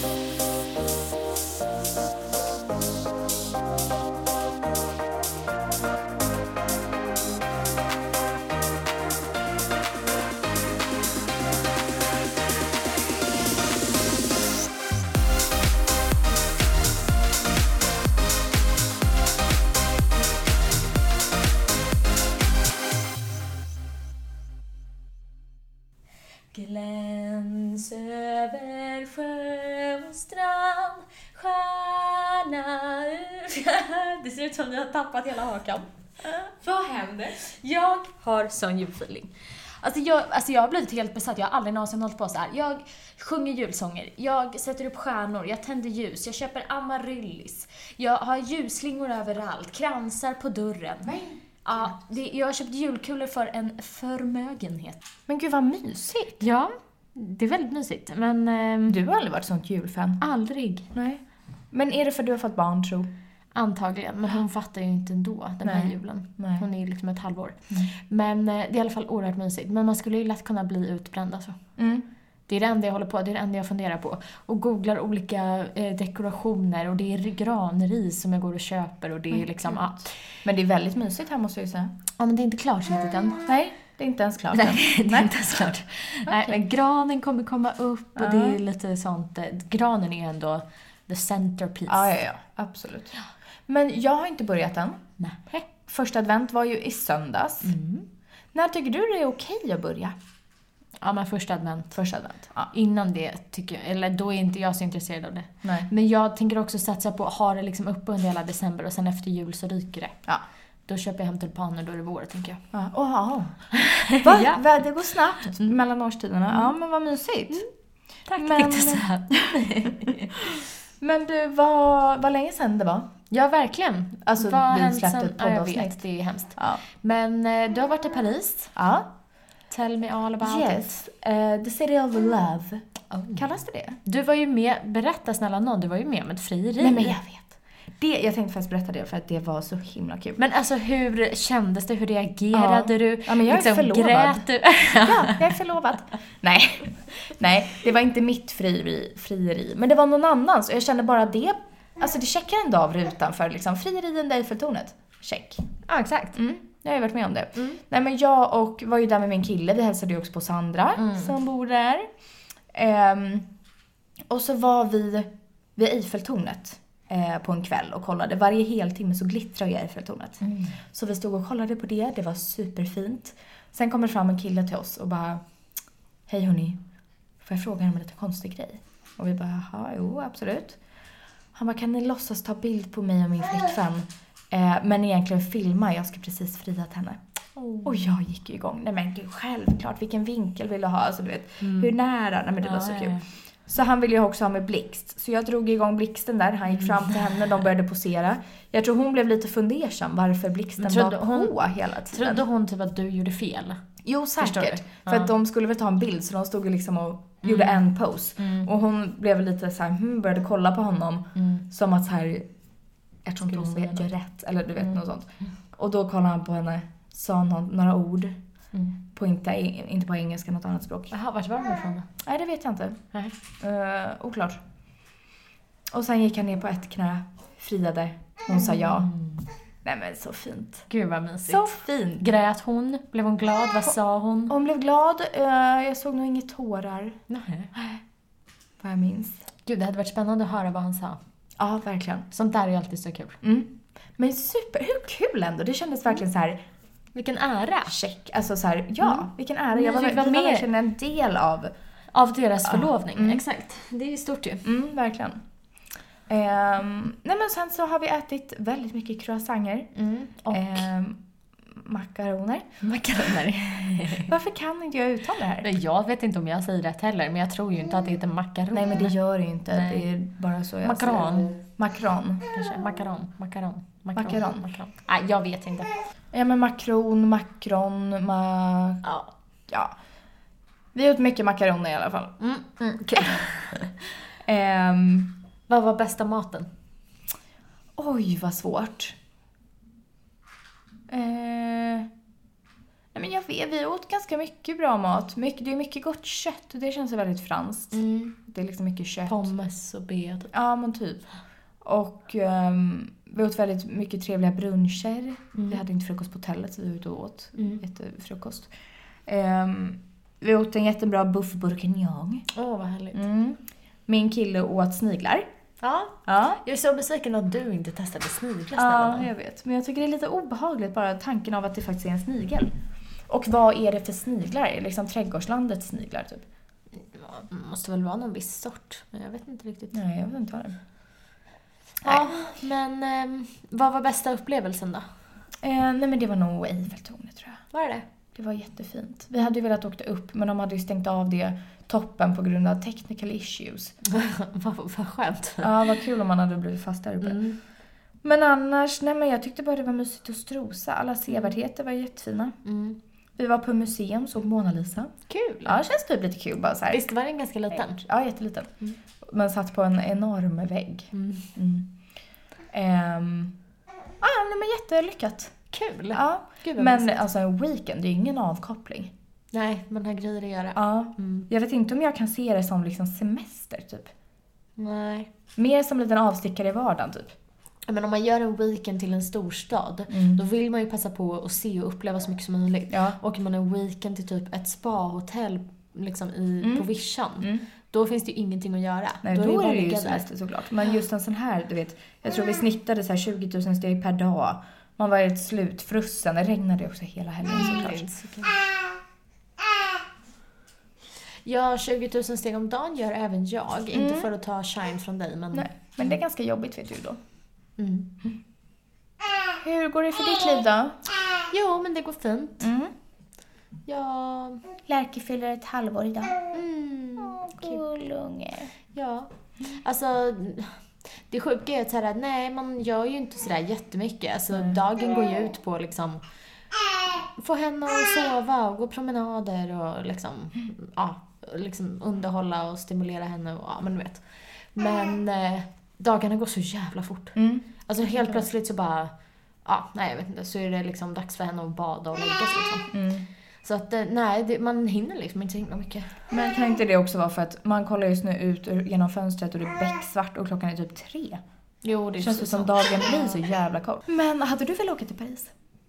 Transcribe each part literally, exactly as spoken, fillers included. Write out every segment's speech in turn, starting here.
Gläns över sjö och strand, stjärna ur... Det ser ut som att jag har tappat hela hakan. Vad händer? Jag har sån julfeeling. Alltså jag, alltså jag har blivit helt besatt, jag har aldrig någonsin hållit på så här. Jag sjunger julsånger, jag sätter upp stjärnor, jag tänder ljus, jag köper amaryllis. Jag har ljusslingor överallt, kransar på dörren. Nej. Ja, det, jag har köpt julkulor för en förmögenhet. Men gud vad mysigt. Ja, det är väldigt mysigt. Men ehm, Du har aldrig varit sånt julfan. aldrig. Nej. Men är det för att du har fått barn, tro? Antagligen, men hon fattar ju inte ändå den här Nej. julen. Nej. Hon är ju liksom ett halvår. Mm. Men eh, det är i alla fall oerhört mysigt. Men man skulle ju lätt kunna bli utbränd alltså. Mm. Det är det enda jag håller på, det är det enda jag funderar på. Och googlar olika eh, dekorationer och det är granris som jag går och köper och det är Men liksom... gud. Ja, Men det är väldigt mysigt här, måste jag ju säga. ja, men det är inte klart riktigt än. Nej, det är inte ens klart. Nej, det är Nej. inte ens klart. Nej, men granen kommer komma upp och Ja. det är lite sånt. eh, Granen är ändå the centerpiece. Ja, ja, ja. Absolut. Men jag har inte börjat än. Nej. Första advent var ju i söndags. Mm. När tycker du det är okej att börja? Ja, men första advent. Första advent. Ja. Innan det tycker jag, eller då är inte jag så intresserad av det. Nej. Men jag tänker också satsa på att ha det liksom uppe under hela december och sen efter jul så ryker det. Ja. Då köper jag hem tulpaner, då är det vår, tänker jag. Ja. Wow. Va? Ja. Va? Det går snabbt Mm. mellan årstiderna. Ja, men vad mysigt. Tack, Men- tänkte jag säga. Men du, vad, vad länge sedan det var? Ja, verkligen. Alltså, Vad har vi hänt släppte sen- ett Ja, jag poddavsnitt. vet, det är hemskt. Ja. Men eh, du har varit i Paris. Ja. Tell me all about Yes. Uh, the city of love. it. Oh. Kallas det det? Du var ju med, berätta snälla någon, du var ju med om ett frieri. Nej, men jag vet. Det, jag tänkte faktiskt berätta det för att det var så himla kul. Men alltså hur kändes det? Hur reagerade Ja. du? Ja, men jag är liksom, förlovad. Grät du? Ja, jag är förlovad. Nej, nej, det var inte mitt frieri, frieri. Men det var någon annans. Och jag kände bara det. Alltså det checkar ändå av rutan för liksom frierien där i Eiffeltornet. Check. Ja, exakt. Mm, jag har ju varit med om det. Mm. Nej, men jag och var ju där med min kille. Vi hälsade ju också på Sandra Mm. som bor där. Ehm, och så var vi vid Eiffeltornet eh, på en kväll och kollade. Varje heltimme så glittrar ju Eiffeltornet. Mm. Så vi stod och kollade på det. Det var superfint. Sen kommer fram en kille till oss och bara: hej hörni, får jag fråga er om en lite konstig grej? Och vi bara, ja, jo, absolut. Han bara, kan ni låtsas ta bild på mig och min flickvän? Eh, men egentligen filma, jag ska precis fria till henne. Oh. Och jag gick ju igång. Nej men gud, självklart, vilken vinkel vill du ha? Alltså du vet, Mm. hur nära? Nej men det var Ja, så ja, kul. ja. Så han ville ju också ha med blixt. Så jag drog igång blixten där. Han gick fram till henne, de började posera. Jag tror hon blev lite fundersam varför blixten Men trodde var hon- på hela tiden. Trodde hon typ att du gjorde fel? Jo, Förstår säkert. du? För Ja. att de skulle väl ta en bild så de stod ju liksom och gjorde en pose. Mm. Och hon blev lite så här, hmm, började kolla på honom Mm. som att så här, jag tror inte hon Skulle vet, säga gör rätt. Eller du vet, Mm. något sånt. Och då kollade han på henne, sa någon, några ord. Mm. På inte, inte på engelska, något annat språk. Jaha, vart var de ifrån då? Nej, det vet jag inte. Nej. Uh, oklart. Och sen gick han ner på ett knä, friade. Hon sa ja. Mm. Nej men så fint. Gud vad mysigt. Så fint. Grät hon? Blev hon glad? Vad sa hon? Hon blev glad. Uh, jag såg nog inga tårar. Nej. Vad jag minns. Gud, det hade varit spännande att höra vad han sa. Ja, verkligen. Sånt där är ju alltid så kul. Mm. Men super, hur kul ändå. Det kändes verkligen så här, Vilken ära. check. Alltså så här, ja, Mm. vilken ära. Ni Jag var, fick vi vara var med. verkligen en del av, Av deras förlovning. Mm. Exakt. Det är ju stort ju. mm, verkligen. Ehm, nej men sen så har vi ätit väldigt mycket croissanter. Mm. Och Ehm, makaroner. makaroner. Varför kan inte jag uttala det här? Jag vet inte om jag säger rätt heller, men jag tror ju inte att det heter makaron. Nej men det gör det ju inte. Nej. Det är bara så jag Makaron. säger. Makaron. Kanske. Makaron. Makaron. Makaron. Makaron. Nej, jag vet inte. Ja men makron, makron, ma... Ja. Ja. Vi har gjort mycket makaroner i alla fall. Mm. Mm. Kul. Ehm, Vad var bästa maten? oj vad svårt. Eh, Nej, men jag vet, vi åt ganska mycket bra mat. Mycket, det är mycket gott kött och det känns väldigt franskt. Mm. Det är liksom mycket kött. Pommes och B. Typ. Ja, men typ. Och um, vi åt väldigt mycket trevliga bruncher. Mm. Vi hade inte frukost på hotellet så vi var ute och åt Mm. jättefrukost. Um, vi åt en jättebra buff bourguignon. Åh, oh, vad härligt. Mm. Min kille åt sniglar. Ja. Ja. Jag är så besviken att du inte testade sniglar. Ja, jag vet. Men jag tycker det är lite obehagligt bara tanken av att det faktiskt är en snigel. Och vad är det för sniglar? Är det liksom trädgårdslandets sniglar typ? Det måste väl vara någon viss sort, men jag vet inte riktigt. Nej, jag vet inte vad det är. Ja, men eh, vad var bästa upplevelsen då? Eh, nej men det var nog Eiffeltornet tror jag. Var det det? Det var jättefint. Vi hade ju velat åka upp men de hade ju stängt av det toppen på grund av technical issues. vad, vad skönt. Ja, vad kul om man hade blivit fast där uppe. Mm. Men annars, nej men jag tyckte bara det var mysigt att strosa. Alla sevärdheter var jättefina. Mm. Vi var på museum, såg Mona Lisa. Kul. Ja, det känns typ lite kul bara så här. Visst var den ganska liten? Ja, jätteliten. Mm. Man satt på en enorm vägg. Mm. Mm. Um, ja, nej, men jättelyckat. Kul. Ja. Gud, vad Men mysigt. alltså en weekend, det är ingen avkoppling. Nej, man har grejer att göra. Ja. Mm. Jag vet inte om jag kan se det som liksom semester typ. Nej. Mer som en liten avstickare i vardagen typ. Men om man gör en weekend till en storstad, Mm. då vill man ju passa på att se och uppleva så mycket som möjligt. Ja. Och man en weekend till typ ett spa-hotell liksom i, Mm. på vischan, Mm. då finns det ju ingenting att göra. Nej, då då bara är det ju ligga där. semester såklart. Men just en sån här, du vet. Jag tror vi snittade så här tjugo tusen steg per dag. Man var helt slutfrussen. Det regnade också hela helgen såklart. Det är så kul. Ja, tjugo tusen steg om dagen gör även jag. Mm. Inte för att ta shine från dig, men... Nej, men det är ganska jobbigt vet du då. Mm. Hur går det för ditt liv då? Jo, men det går fint. Mm. Ja... Lärke fyller ett halvår idag. Mm. Gullunge. Ja. Alltså... Det sjuka är att så här, nej, man gör ju inte sådär jättemycket. Alltså, Nej. dagen går ju ut på liksom... Få henne att sova och gå promenader och liksom... Ja, liksom underhålla och stimulera henne och ja, men du vet. Men eh, dagarna går så jävla fort. Mm. Alltså helt plötsligt så bara... Ja, nej jag vet inte. Så är det liksom dags för henne att bada och lägga sig liksom. Mm. Så att eh, nej, det, man hinner liksom inte så himla mycket. Men kan inte det också vara för att man kollar just nu ut ur- genom fönstret och det är becksvart och klockan är typ tre? Jo, det är Känns så det som sant. dagen blir så jävla kort. Men hade du väl åka till Paris?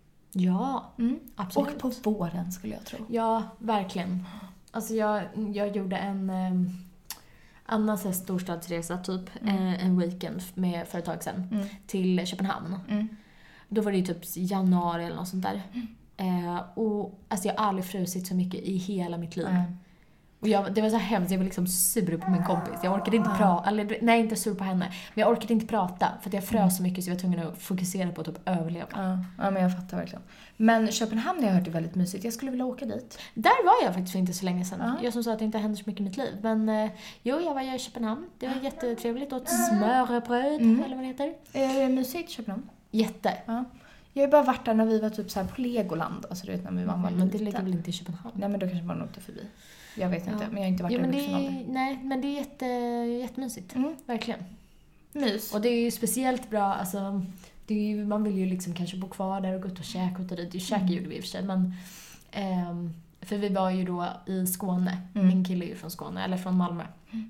Ja, Mm. absolut. Och på våren skulle jag tro. Ja, verkligen. Alltså jag, jag gjorde en eh, annan så här storstadsresa typ Mm. eh, en weekend med för ett tag sedan Mm. till Köpenhamn. Mm. Då var det ju typ januari eller något sånt där. Eh, och alltså jag har aldrig frusit så mycket i hela mitt liv. Mm. Och jag, det var så hemskt, jag var liksom sur på min kompis. Jag orkade inte Ah. prata, eller nej inte sur på henne. Men jag orkade inte prata för att jag frös så mycket så jag var tvungen att fokusera på att typ överleva. Ja, ja, men jag fattar verkligen. Men Köpenhamn har jag hört är väldigt mysigt. Jag skulle vilja åka dit. Där var jag faktiskt för inte så länge sedan. Ja. Jag som sa att det inte händer så mycket i mitt liv. Men eh, jo, jag var i Köpenhamn. Det var jättetrevligt. Åt smörrebröd, Mm. eller vad det heter. Är det mysigt Köpenhamn? Jätte. Ja. Jag har ju bara varit där när vi var typ så här på Legoland. Alltså du vet när vi var, var Men det liten. ligger väl inte i Köpenhamn? Nej men då kanske man åkte förbi. Jag vet inte, Ja. men jag har inte varit Jo, där men i det vuxen är, ålder. nej, men det är jätte, jättemysigt. Mm. Verkligen. Mys. Och det är ju speciellt bra, alltså, det är ju, man vill ju liksom kanske bo kvar där och gå ut och käka och ta dit. Det käka Mm. gjorde vi i och för sig, men ehm, för vi var ju då i Skåne. Mm. Min kille är ju från Skåne, eller från Malmö.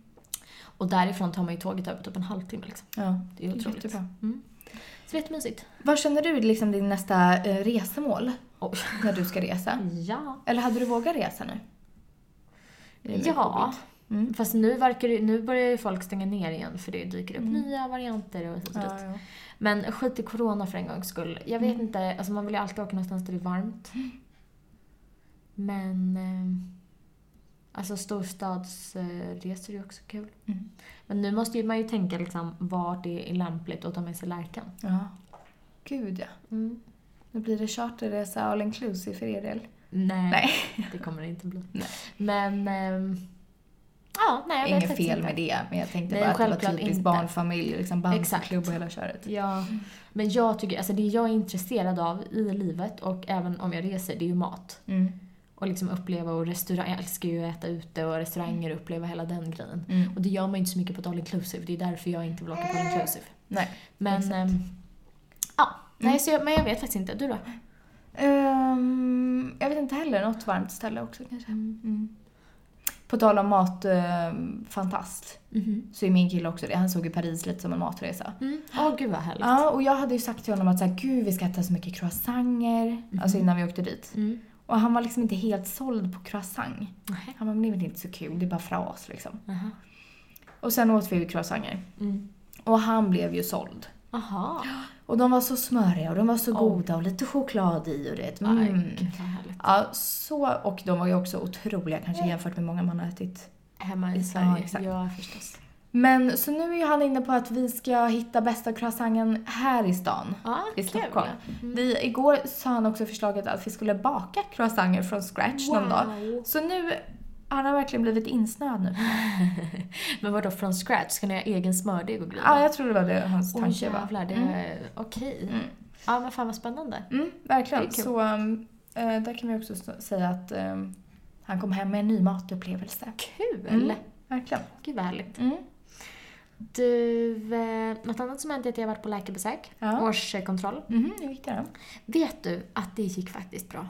Och därifrån tar man ju tåget över typ en halvtimme liksom. Ja, Det är otroligt. jättebra. Mm. Så det är jättemysigt. Vad känner du liksom din nästa eh, resemål? Oj. När du ska resa? Ja. Eller hade du vågat resa nu? Det är väl Ja. covid. Mm. Fast nu, verkar det, nu börjar ju folk stänga ner igen för det dyker upp Mm. nya varianter och hit och dit. Ja, ja. Men skit i corona för en gångs skull. Jag vet Mm. inte, alltså man vill ju alltid åka någonstans där det är varmt. Men eh, alltså storstadsresor är ju också kul. Mm. Men nu måste ju man ju tänka liksom vart det är lämpligt att ta med sig lärkan. Ja. Gud ja. Mm. Nu blir det charterresa all inclusive för er del. Nej, Nej. det kommer det inte bli. Nej. Men ehm, ja, nej jag vet Inget faktiskt fel inte. med det, men jag tänkte Nej, bara att det var självklart typiskt inte. barnfamilj, liksom Exakt. bamseklubb och hela köret. Ja, men jag tycker, alltså det jag är intresserad av i livet och även om jag reser, det är ju mat. Mm. Och liksom uppleva och restaurang, jag älskar ju att äta ute och restauranger och uppleva hela den grejen. Mm. Och det gör man ju inte så mycket på ett all inclusive, det är därför jag inte vill åka på all inclusive. Nej. Men, Exakt. ehm, ja, nej Mm. så jag, men jag vet faktiskt inte, du då? Um, jag vet inte heller. Något varmt ställe också kanske. Mm. På tal om matfantast. Uh, mm-hmm. Så är min kille också det. Han såg ju Paris lite som en matresa. Mm. Oh, gud vad härligt. Ja, och jag hade ju sagt till honom att så här, gud vi ska äta så mycket croissanter. Mm-hmm. Alltså innan vi åkte dit. Mm. Och han var liksom inte helt såld på croissant. Uh-huh. Han var, men det är inte så kul. Det är bara fras liksom. Uh-huh. Och sen åt vi ju croissanter. Mm. Och han blev ju såld. Aha. Och de var så smöriga och de var så oh. goda och lite choklad i och det. Mm. Aj, ja, så, och de var ju också otroliga kanske jämfört med många man har ätit hemma i Sverige. Ja, exakt. Ja, förstås. Men så nu är ju han inne på att vi ska hitta bästa croissanten här i stan. Ah, i Stockholm. Mm. Vi, igår sa han också förslaget att vi skulle baka croissanter från scratch wow. någon dag. Så nu han har verkligen blivit insnöad nu. Men vadå från scratch? Ska ni ha egen smördeg och grejer? Ja, jag tror det var det hans tanke var. Åh jävlar, det är mm. okej. Okay. Mm. Ja, men fan vad spännande. Mm, verkligen. Så um, äh, där kan vi också säga att um, han kom hem med en ny matupplevelse. Kul! Mm, verkligen. Gud vad härligt. Mm. Du, eh, något annat som hänt är att jag har varit på läkarbesök. Ja. Årskontroll. Mm, hur gick det då? Vet du att det gick faktiskt bra?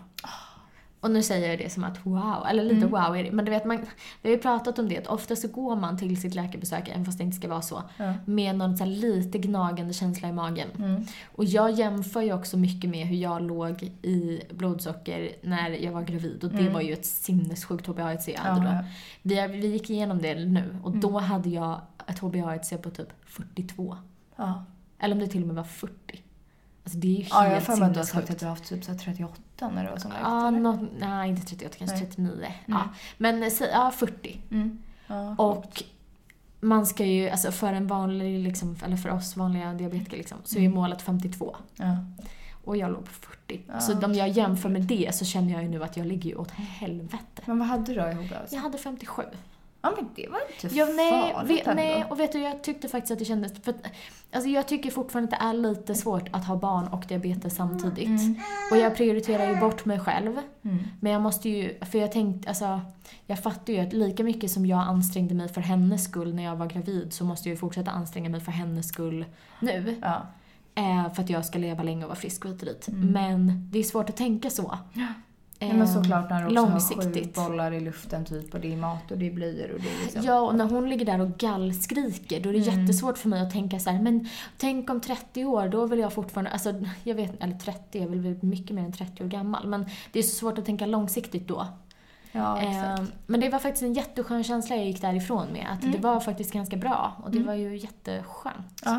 Och nu säger jag det som att wow, eller lite mm. wow är det. Men du vet, man, vi har ju pratat om det, att ofta så går man till sitt läkarbesök, även fast det inte ska vara så, ja. med någon så här lite gnagande känsla i magen. Mm. Och jag jämför ju också mycket med hur jag låg i blodsocker när jag var gravid. Och det mm. var ju ett sinnessjukt H b A ett C. Ja, ja. Vi, vi gick igenom det nu, och mm. då hade jag ett H b A ett C på typ fyrtiotvå. Ja. Eller om det till och med var fyrtio. Alltså det är ju helt ja, jag får man har sagt att du har haft typ så trettioåtta när du var som läkt. Ja, no, nej, inte trettioåtta, kanske nej. trettionio. Mm. Ja, men ja, fyrtio. Mm. Ja, och man ska ju, alltså för en vanlig, liksom, eller för oss vanliga diabetiker liksom, så är ju målet femtiotvå. Ja. Och jag låg på fyrtio. Ja. Så om jag jämför med det så känner jag ju nu att jag ligger ju åt helvete. Men vad hade du då i H b A? Jag hade femtiosju. Ja, men det var inte ja, nej, farligt vi, nej, och vet du, jag tyckte faktiskt att det kändes... För, alltså jag tycker fortfarande att det är lite svårt att ha barn och diabetes samtidigt. Mm. Och jag prioriterar ju bort mig själv. Mm. Men jag måste ju... För jag tänkte, alltså... Jag fattar ju att lika mycket som jag ansträngde mig för hennes skull när jag var gravid, så måste jag ju fortsätta anstränga mig för hennes skull nu. Ja. Eh, för att jag ska leva länge och vara frisk och hit och dit. Mm. Men det är svårt att tänka så. Ja. Ja, men såklart när du också har sju bollar i luften typ, och det är mat och det är blöjor och det är liksom... Ja, och när hon ligger där och gallskriker, då är det mm. jättesvårt för mig att tänka så här, men tänk om trettio år, då vill jag fortfarande, alltså jag vet, eller trettio, jag vill bli mycket mer än trettio år gammal, men det är så svårt att tänka långsiktigt då. Ja, exakt. Eh, men det var faktiskt en jätteskön känsla jag gick därifrån med, att mm. det var faktiskt ganska bra, och det mm. var ju jätteskönt. Ja.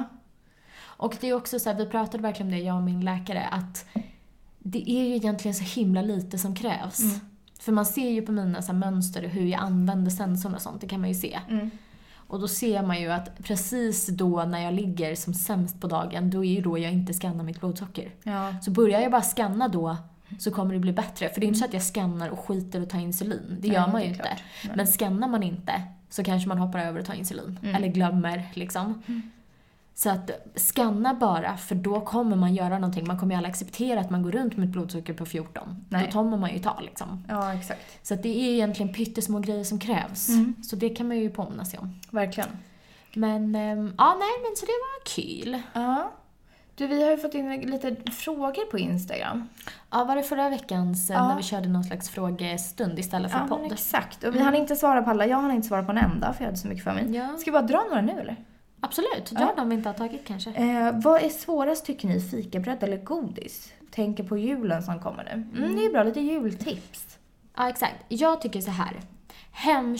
Och det är också så här, vi pratade verkligen om det, jag och min läkare, att det är ju egentligen så himla lite som krävs. Mm. För man ser ju på mina så här mönster hur jag använder sensorn och sånt, det kan man ju se. Mm. Och då ser man ju att precis då när jag ligger som sämst på dagen, då är ju då jag inte skannar mitt blodsocker. Ja. Så börjar jag bara skanna då, så kommer det bli bättre. För det är inte så att jag skannar och skiter och tar insulin. Det gör ja, man ju inte. Men skannar man inte, så kanske man hoppar över och tar insulin. Mm. Eller glömmer liksom. Mm. Så att skanna bara, för då kommer man göra någonting. Man kommer ju alla acceptera att man går runt med ett blodsocker på fjorton. Nej. Då kommer man ju ta liksom. Ja, exakt. Så att det är egentligen pyttesmå grejer som krävs. Mm. Så det kan man ju påminna sig om. Verkligen. Men, ähm, ja nej, men så det var kul. Ja. Du, vi har ju fått in lite frågor på Instagram. Ja, var det förra veckans ja. när vi körde någon slags frågestund istället för ja, podd? Ja, exakt. Och vi mm. hann inte svara på alla. Jag hann inte svara på en enda, för jag hade så mycket för mig. Ja. Ska vi bara dra några nu, eller? Absolut, dra ja. dem vi inte har tagit kanske. Eh, vad är svårast tycker ni? Fikabröd eller godis? Tänker på julen som kommer nu. Mm, mm. Det är bra, lite jultips. Ja, exakt. Jag tycker så här. Hem,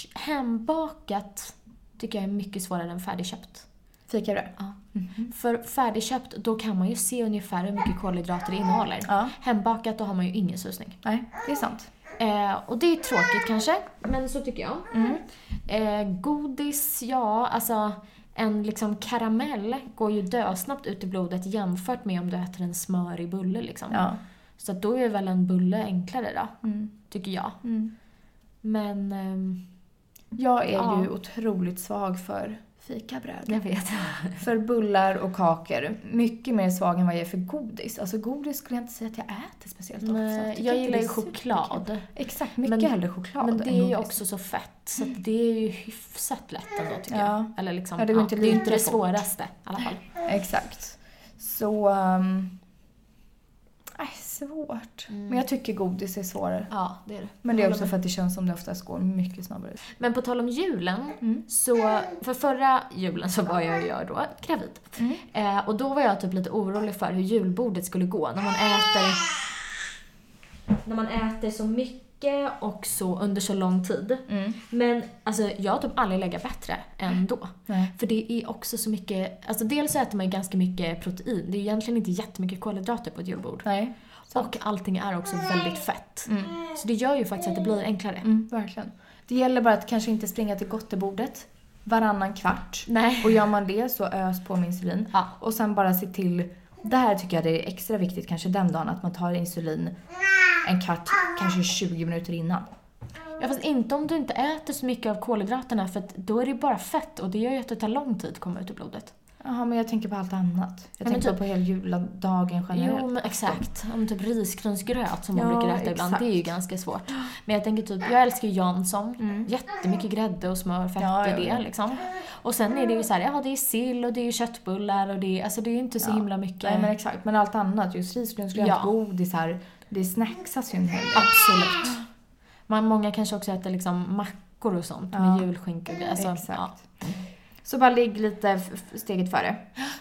hembakat tycker jag är mycket svårare än färdigköpt. Fikabröd? Ja. Mm-hmm. För färdigköpt, då kan man ju se ungefär hur mycket kolhydrater det innehåller. Ja. Hembakat, då har man ju ingen susning. Nej, det är sant. Eh, och det är tråkigt kanske, men så tycker jag. Mm. Eh, godis, ja, alltså... En liksom karamell går ju dösnabbt ut i blodet jämfört med om du äter en smörig bulle liksom. Ja. Så att då är väl en bulle enklare då, mm. tycker jag. Mm. Men... Ähm, jag är ja. ju otroligt svag för fikabröd. Jag vet. För bullar och kakor. Mycket mer svag än vad jag är för godis. Alltså godis skulle jag inte säga att jag äter speciellt ofta. Nej, jag gillar ju choklad. Exakt, mycket men, hellre choklad. Men det är ju också så fett. Så att det är ju hyfsat lätt ändå tycker ja. jag. Eller liksom, ja, det, går inte ja, det är inte det svåraste i alla fall. Exakt. Så... Um, Aj, svårt. Mm. Men jag tycker godis är svårare. Ja, det är det. Men det är Jag också håller för att det känns som det oftast går mycket snabbare. Men på tal om julen, Mm. så för förra julen så var jag ju jag då gravid. Mm. Eh, och då var jag typ lite orolig för hur julbordet skulle gå när man äter när man äter så mycket och så under så lång tid. Mm. Men alltså jag har typ aldrig legat bättre än då. Nej. För det är också så mycket, alltså dels så äter man ju ganska mycket protein. Det är ju egentligen inte jättemycket kolhydrater på ett julbord. Nej. Och allting är också väldigt fett. Mm. Så det gör ju faktiskt att det blir enklare. Mm, verkligen. Det gäller bara att kanske inte springa till gottebordet varannan kvart. Nej. Och gör man det så ös på med insulin. Ja. Och sen bara se till, det här tycker jag det är extra viktigt kanske den dagen, att man tar insulin en kvart, kanske tjugo minuter innan. Ja, fast inte om du inte äter så mycket av kolhydraterna, för att då är det bara fett och det gör ju att det tar lång tid att komma ut ur blodet. Jaha, men jag tänker på allt annat. Jag Ja, tänker typ, på hela juldagen generellt. Jo, men exakt. Om typ risgrynsgröt som man Ja, brukar äta ibland, exakt. det är ju ganska svårt. Men jag tänker typ, jag älskar ju Jansson. Mm. Jättemycket grädde och smör, fett Ja, i ja, det ja. liksom. Och sen är det ju så här, ja det är sill och det är köttbullar och det är, alltså det är ju inte så Ja. himla mycket. Nej, men exakt. Men allt annat, just risgrynsgröt, Ja. godis här, det snacksas ju en hel del. Absolut. Man, många kanske också äter liksom mackor och sånt Ja. med julskinka och grejer. Alltså, Exakt. ja. Så bara ligg lite f- steget före.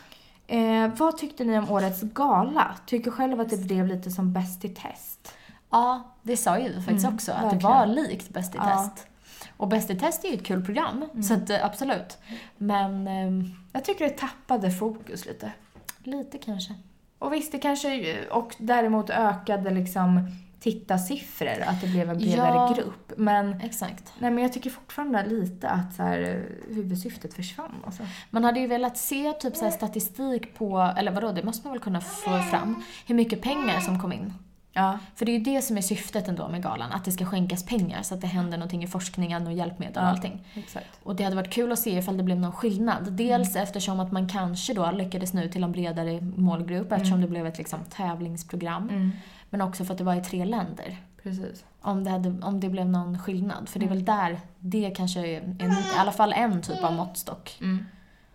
Eh, vad tyckte ni om årets gala? Tycker själv att det blev lite som Bäst i test? Ja, det sa ju vi faktiskt Mm, också. Att verkligen. det var likt Bäst i Ja. test. Och Bäst i test är ju ett kul program. Mm. Så att, eh, absolut. Men ehm, Jag tycker det tappade fokus lite. lite kanske. Och visst, det kanske, och däremot ökade liksom tittarsiffror, att det blev en bredare Ja. grupp. Men, Exakt. nej, men jag tycker fortfarande lite att så här, huvudsyftet försvann. Alltså. Man hade ju velat se typ så här statistik på, eller vadå, det måste man väl kunna få fram, hur mycket pengar som kom in. Ja. För det är ju det som är syftet ändå med galan, att det ska skänkas pengar så att det händer någonting i forskningen och hjälpmedel och Ja. allting. Exakt. Och det hade varit kul att se ifall det blev någon skillnad. Dels eftersom att man kanske då lyckades nå ut till en bredare målgrupp eftersom Mm. det blev ett liksom tävlingsprogram. Mm. Men också för att det var i tre länder. Precis. Om det, hade, om det blev någon skillnad. För det är väl där, det kanske är en, i alla fall en typ av måttstock. Mm.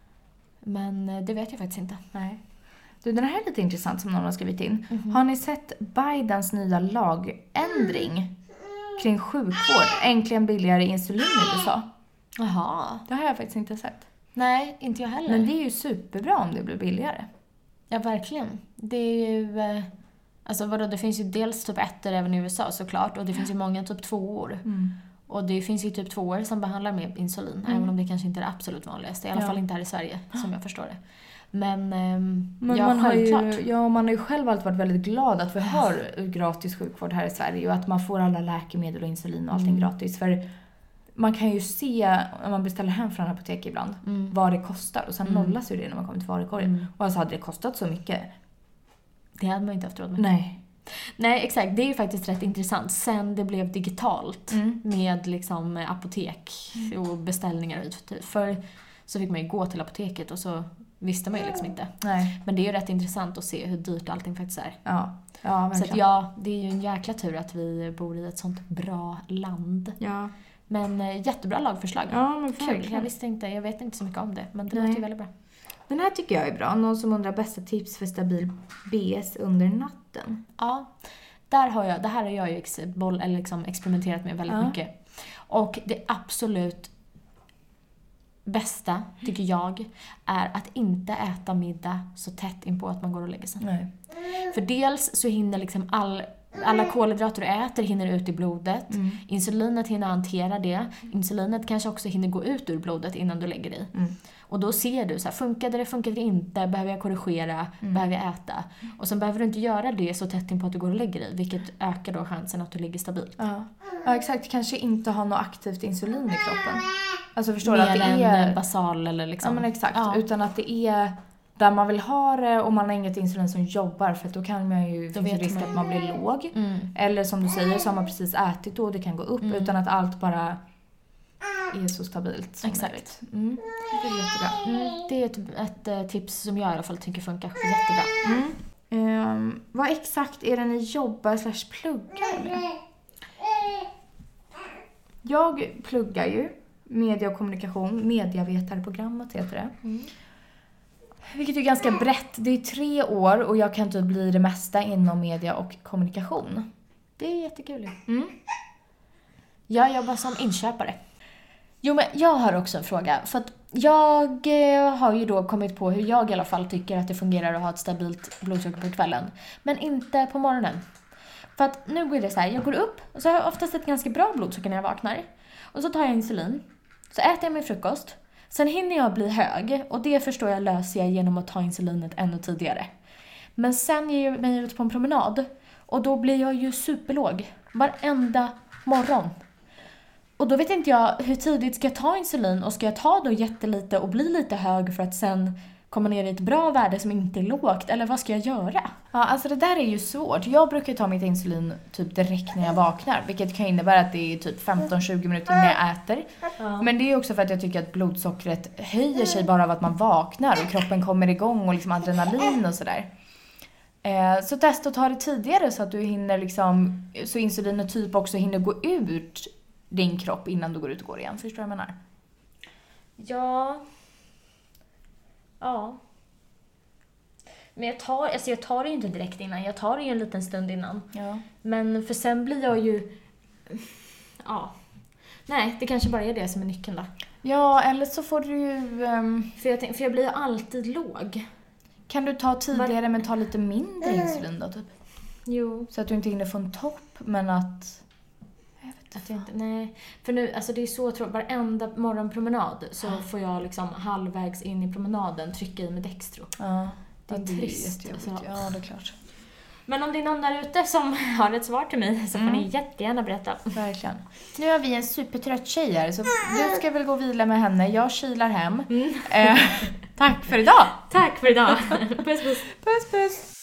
Men eh, det vet jag faktiskt inte. Nej. Du, den här är lite intressant som någon har skrivit in. Mhm. Har ni sett Bidens nya lagändring kring sjukvård? Äntligen billigare insulin i U S A. Jaha. Det har jag faktiskt inte sett. Nej, inte jag heller. Men det är ju superbra om det blir billigare. Ja, verkligen. Det är ju... Eh, alltså vadå, det finns ju dels typ ettor även i U S A såklart. Och det finns ju många typ tvåor. Mm. Och det finns ju typ tvåor som behandlar med insulin. Mm. Även om det kanske inte är det absolut vanligaste. I alla Ja. fall inte här i Sverige, som jag förstår det. Men, ehm, Men ja, man har självklart. ju, ja, man har ju själv alltid varit väldigt glad att vi har gratis sjukvård här i Sverige. Och att man får alla läkemedel och insulin och allting Mm. gratis. För man kan ju se, när man beställer hem från apotek ibland, Mm. vad det kostar. Och sen Mm. nollas ju det när man kommer till varukorgen. Mm. Och alltså hade det kostat så mycket? Det hade man ju inte haft råd med. Nej. Nej, exakt. Det är ju faktiskt rätt intressant. Sen det blev digitalt Mm. med liksom apotek och beställningar. För så fick man ju gå till apoteket och så visste man ju liksom inte. Nej. Men det är ju rätt intressant att se hur dyrt allting faktiskt är. Ja. Ja, Så verkligen. att ja, det är ju en jäkla tur att vi bor i ett sånt bra land. Ja. Men eh, jättebra lagförslag. Ja, men Kul. verkligen. Jag visste inte, jag vet inte så mycket om det. Men det Nej. låter ju väldigt bra. Den här tycker jag är bra. Någon som undrar bästa tips för stabil B S under natten. Ja, där har jag, det här har jag ju ex, boll, eller liksom experimenterat med väldigt Ja. mycket. Och det absolut bästa, tycker jag, är att inte äta middag så tätt in på att man går och lägger sig. Nej. För dels så hinner liksom all, alla kolhydrater du äter hinner ut i blodet. Mm. Insulinet hinner hantera det. Insulinet kanske också hinner gå ut ur blodet innan du lägger dig. Mm. Och då ser du så här, funkade det, funkade det inte, behöver jag korrigera, Mm. behöver jag äta? Och sen behöver du inte göra det så tätt in på att du går och lägger dig, vilket ökar då chansen att du ligger stabilt. Ja. Ja, exakt. Kanske inte ha något aktivt insulin i kroppen. Alltså förstår du Mer att det än är... basal eller liksom. Ja, men exakt. Ja. Utan att det är där man vill ha det och man har inget insulin som jobbar, för att då kan man ju, Då finns ju vet risk man. att man blir låg. Mm. Eller som du säger så har man precis ätit då, det kan gå upp, Mm. utan att allt bara är så stabilt som Exakt. möjligt. Mm. Det är jättebra. Mm, det är ett, ett eh, tips som jag i alla fall tycker funkar jättebra. Mm. Ehm, vad exakt är det ni jobbar slash pluggar med? Jag pluggar ju media och kommunikation, medievetarprogrammet heter det. Mm. Vilket är ganska brett. Det är tre år och jag kan typ bli det mesta inom media och kommunikation. Det är jättekul. Mm. Jag jobbar som inköpare. Jo, men jag har också en fråga. För att jag eh, har ju då kommit på hur jag i alla fall tycker att det fungerar att ha ett stabilt blodsocker på kvällen. Men inte på morgonen. För att nu går det så här, jag går upp och så har jag oftast ett ganska bra blodsocker när jag vaknar. Och så tar jag insulin. Så äter jag min frukost. Sen hinner jag bli hög och det förstår jag löser jag genom att ta insulinet ännu tidigare. Men sen ger jag mig ut på en promenad och då blir jag ju superlåg varenda morgon. Och då vet inte jag hur tidigt ska jag ta insulin och ska jag ta då jättelite och bli lite hög för att sen komma ner i ett bra värde som inte är lågt, eller vad ska jag göra? Ja, alltså det där är ju svårt. Jag brukar ta mitt insulin typ direkt när jag vaknar, vilket kan innebära att det är typ femton till tjugo minuter när jag äter. Ja. Men det är också för att jag tycker att blodsockret höjer sig bara av att man vaknar och kroppen kommer igång och liksom adrenalin och sådär. Eh, så testa att ta det tidigare så att du hinner liksom, så insulinet typ också hinner gå ut din kropp innan du går ut och går igen. Förstår du vad jag menar? Ja. Ja. Men jag tar, alltså jag tar det ju inte direkt innan. Jag tar det ju en liten stund innan. Ja. Men för sen blir jag ju... Ja. Nej, det kanske bara är det som är nyckeln då. Ja, eller så får du ju... Um, för, jag tänk, för jag blir ju alltid låg. Kan du ta tidigare men ta lite mindre Mm. insulin då typ? Jo. Så att du inte hinner få en topp, men att... Jag vet Att jag inte, nej. För nu, alltså det är så tråkigt. Varenda morgonpromenad så Ah. får jag liksom halvvägs in i promenaden trycka i med Dextro. Ja, Det är ja, trist, jättejobbigt. alltså. Ja, det är klart. Men om det är någon där ute som har ett svar till mig så får Mm. ni jättegärna berätta. Verkligen. Nu har vi en supertrött tjej här, så du ska väl gå och vila med henne. Jag kilar hem. Mm. Eh, tack för idag! Tack för idag. Puss puss. Puss, puss!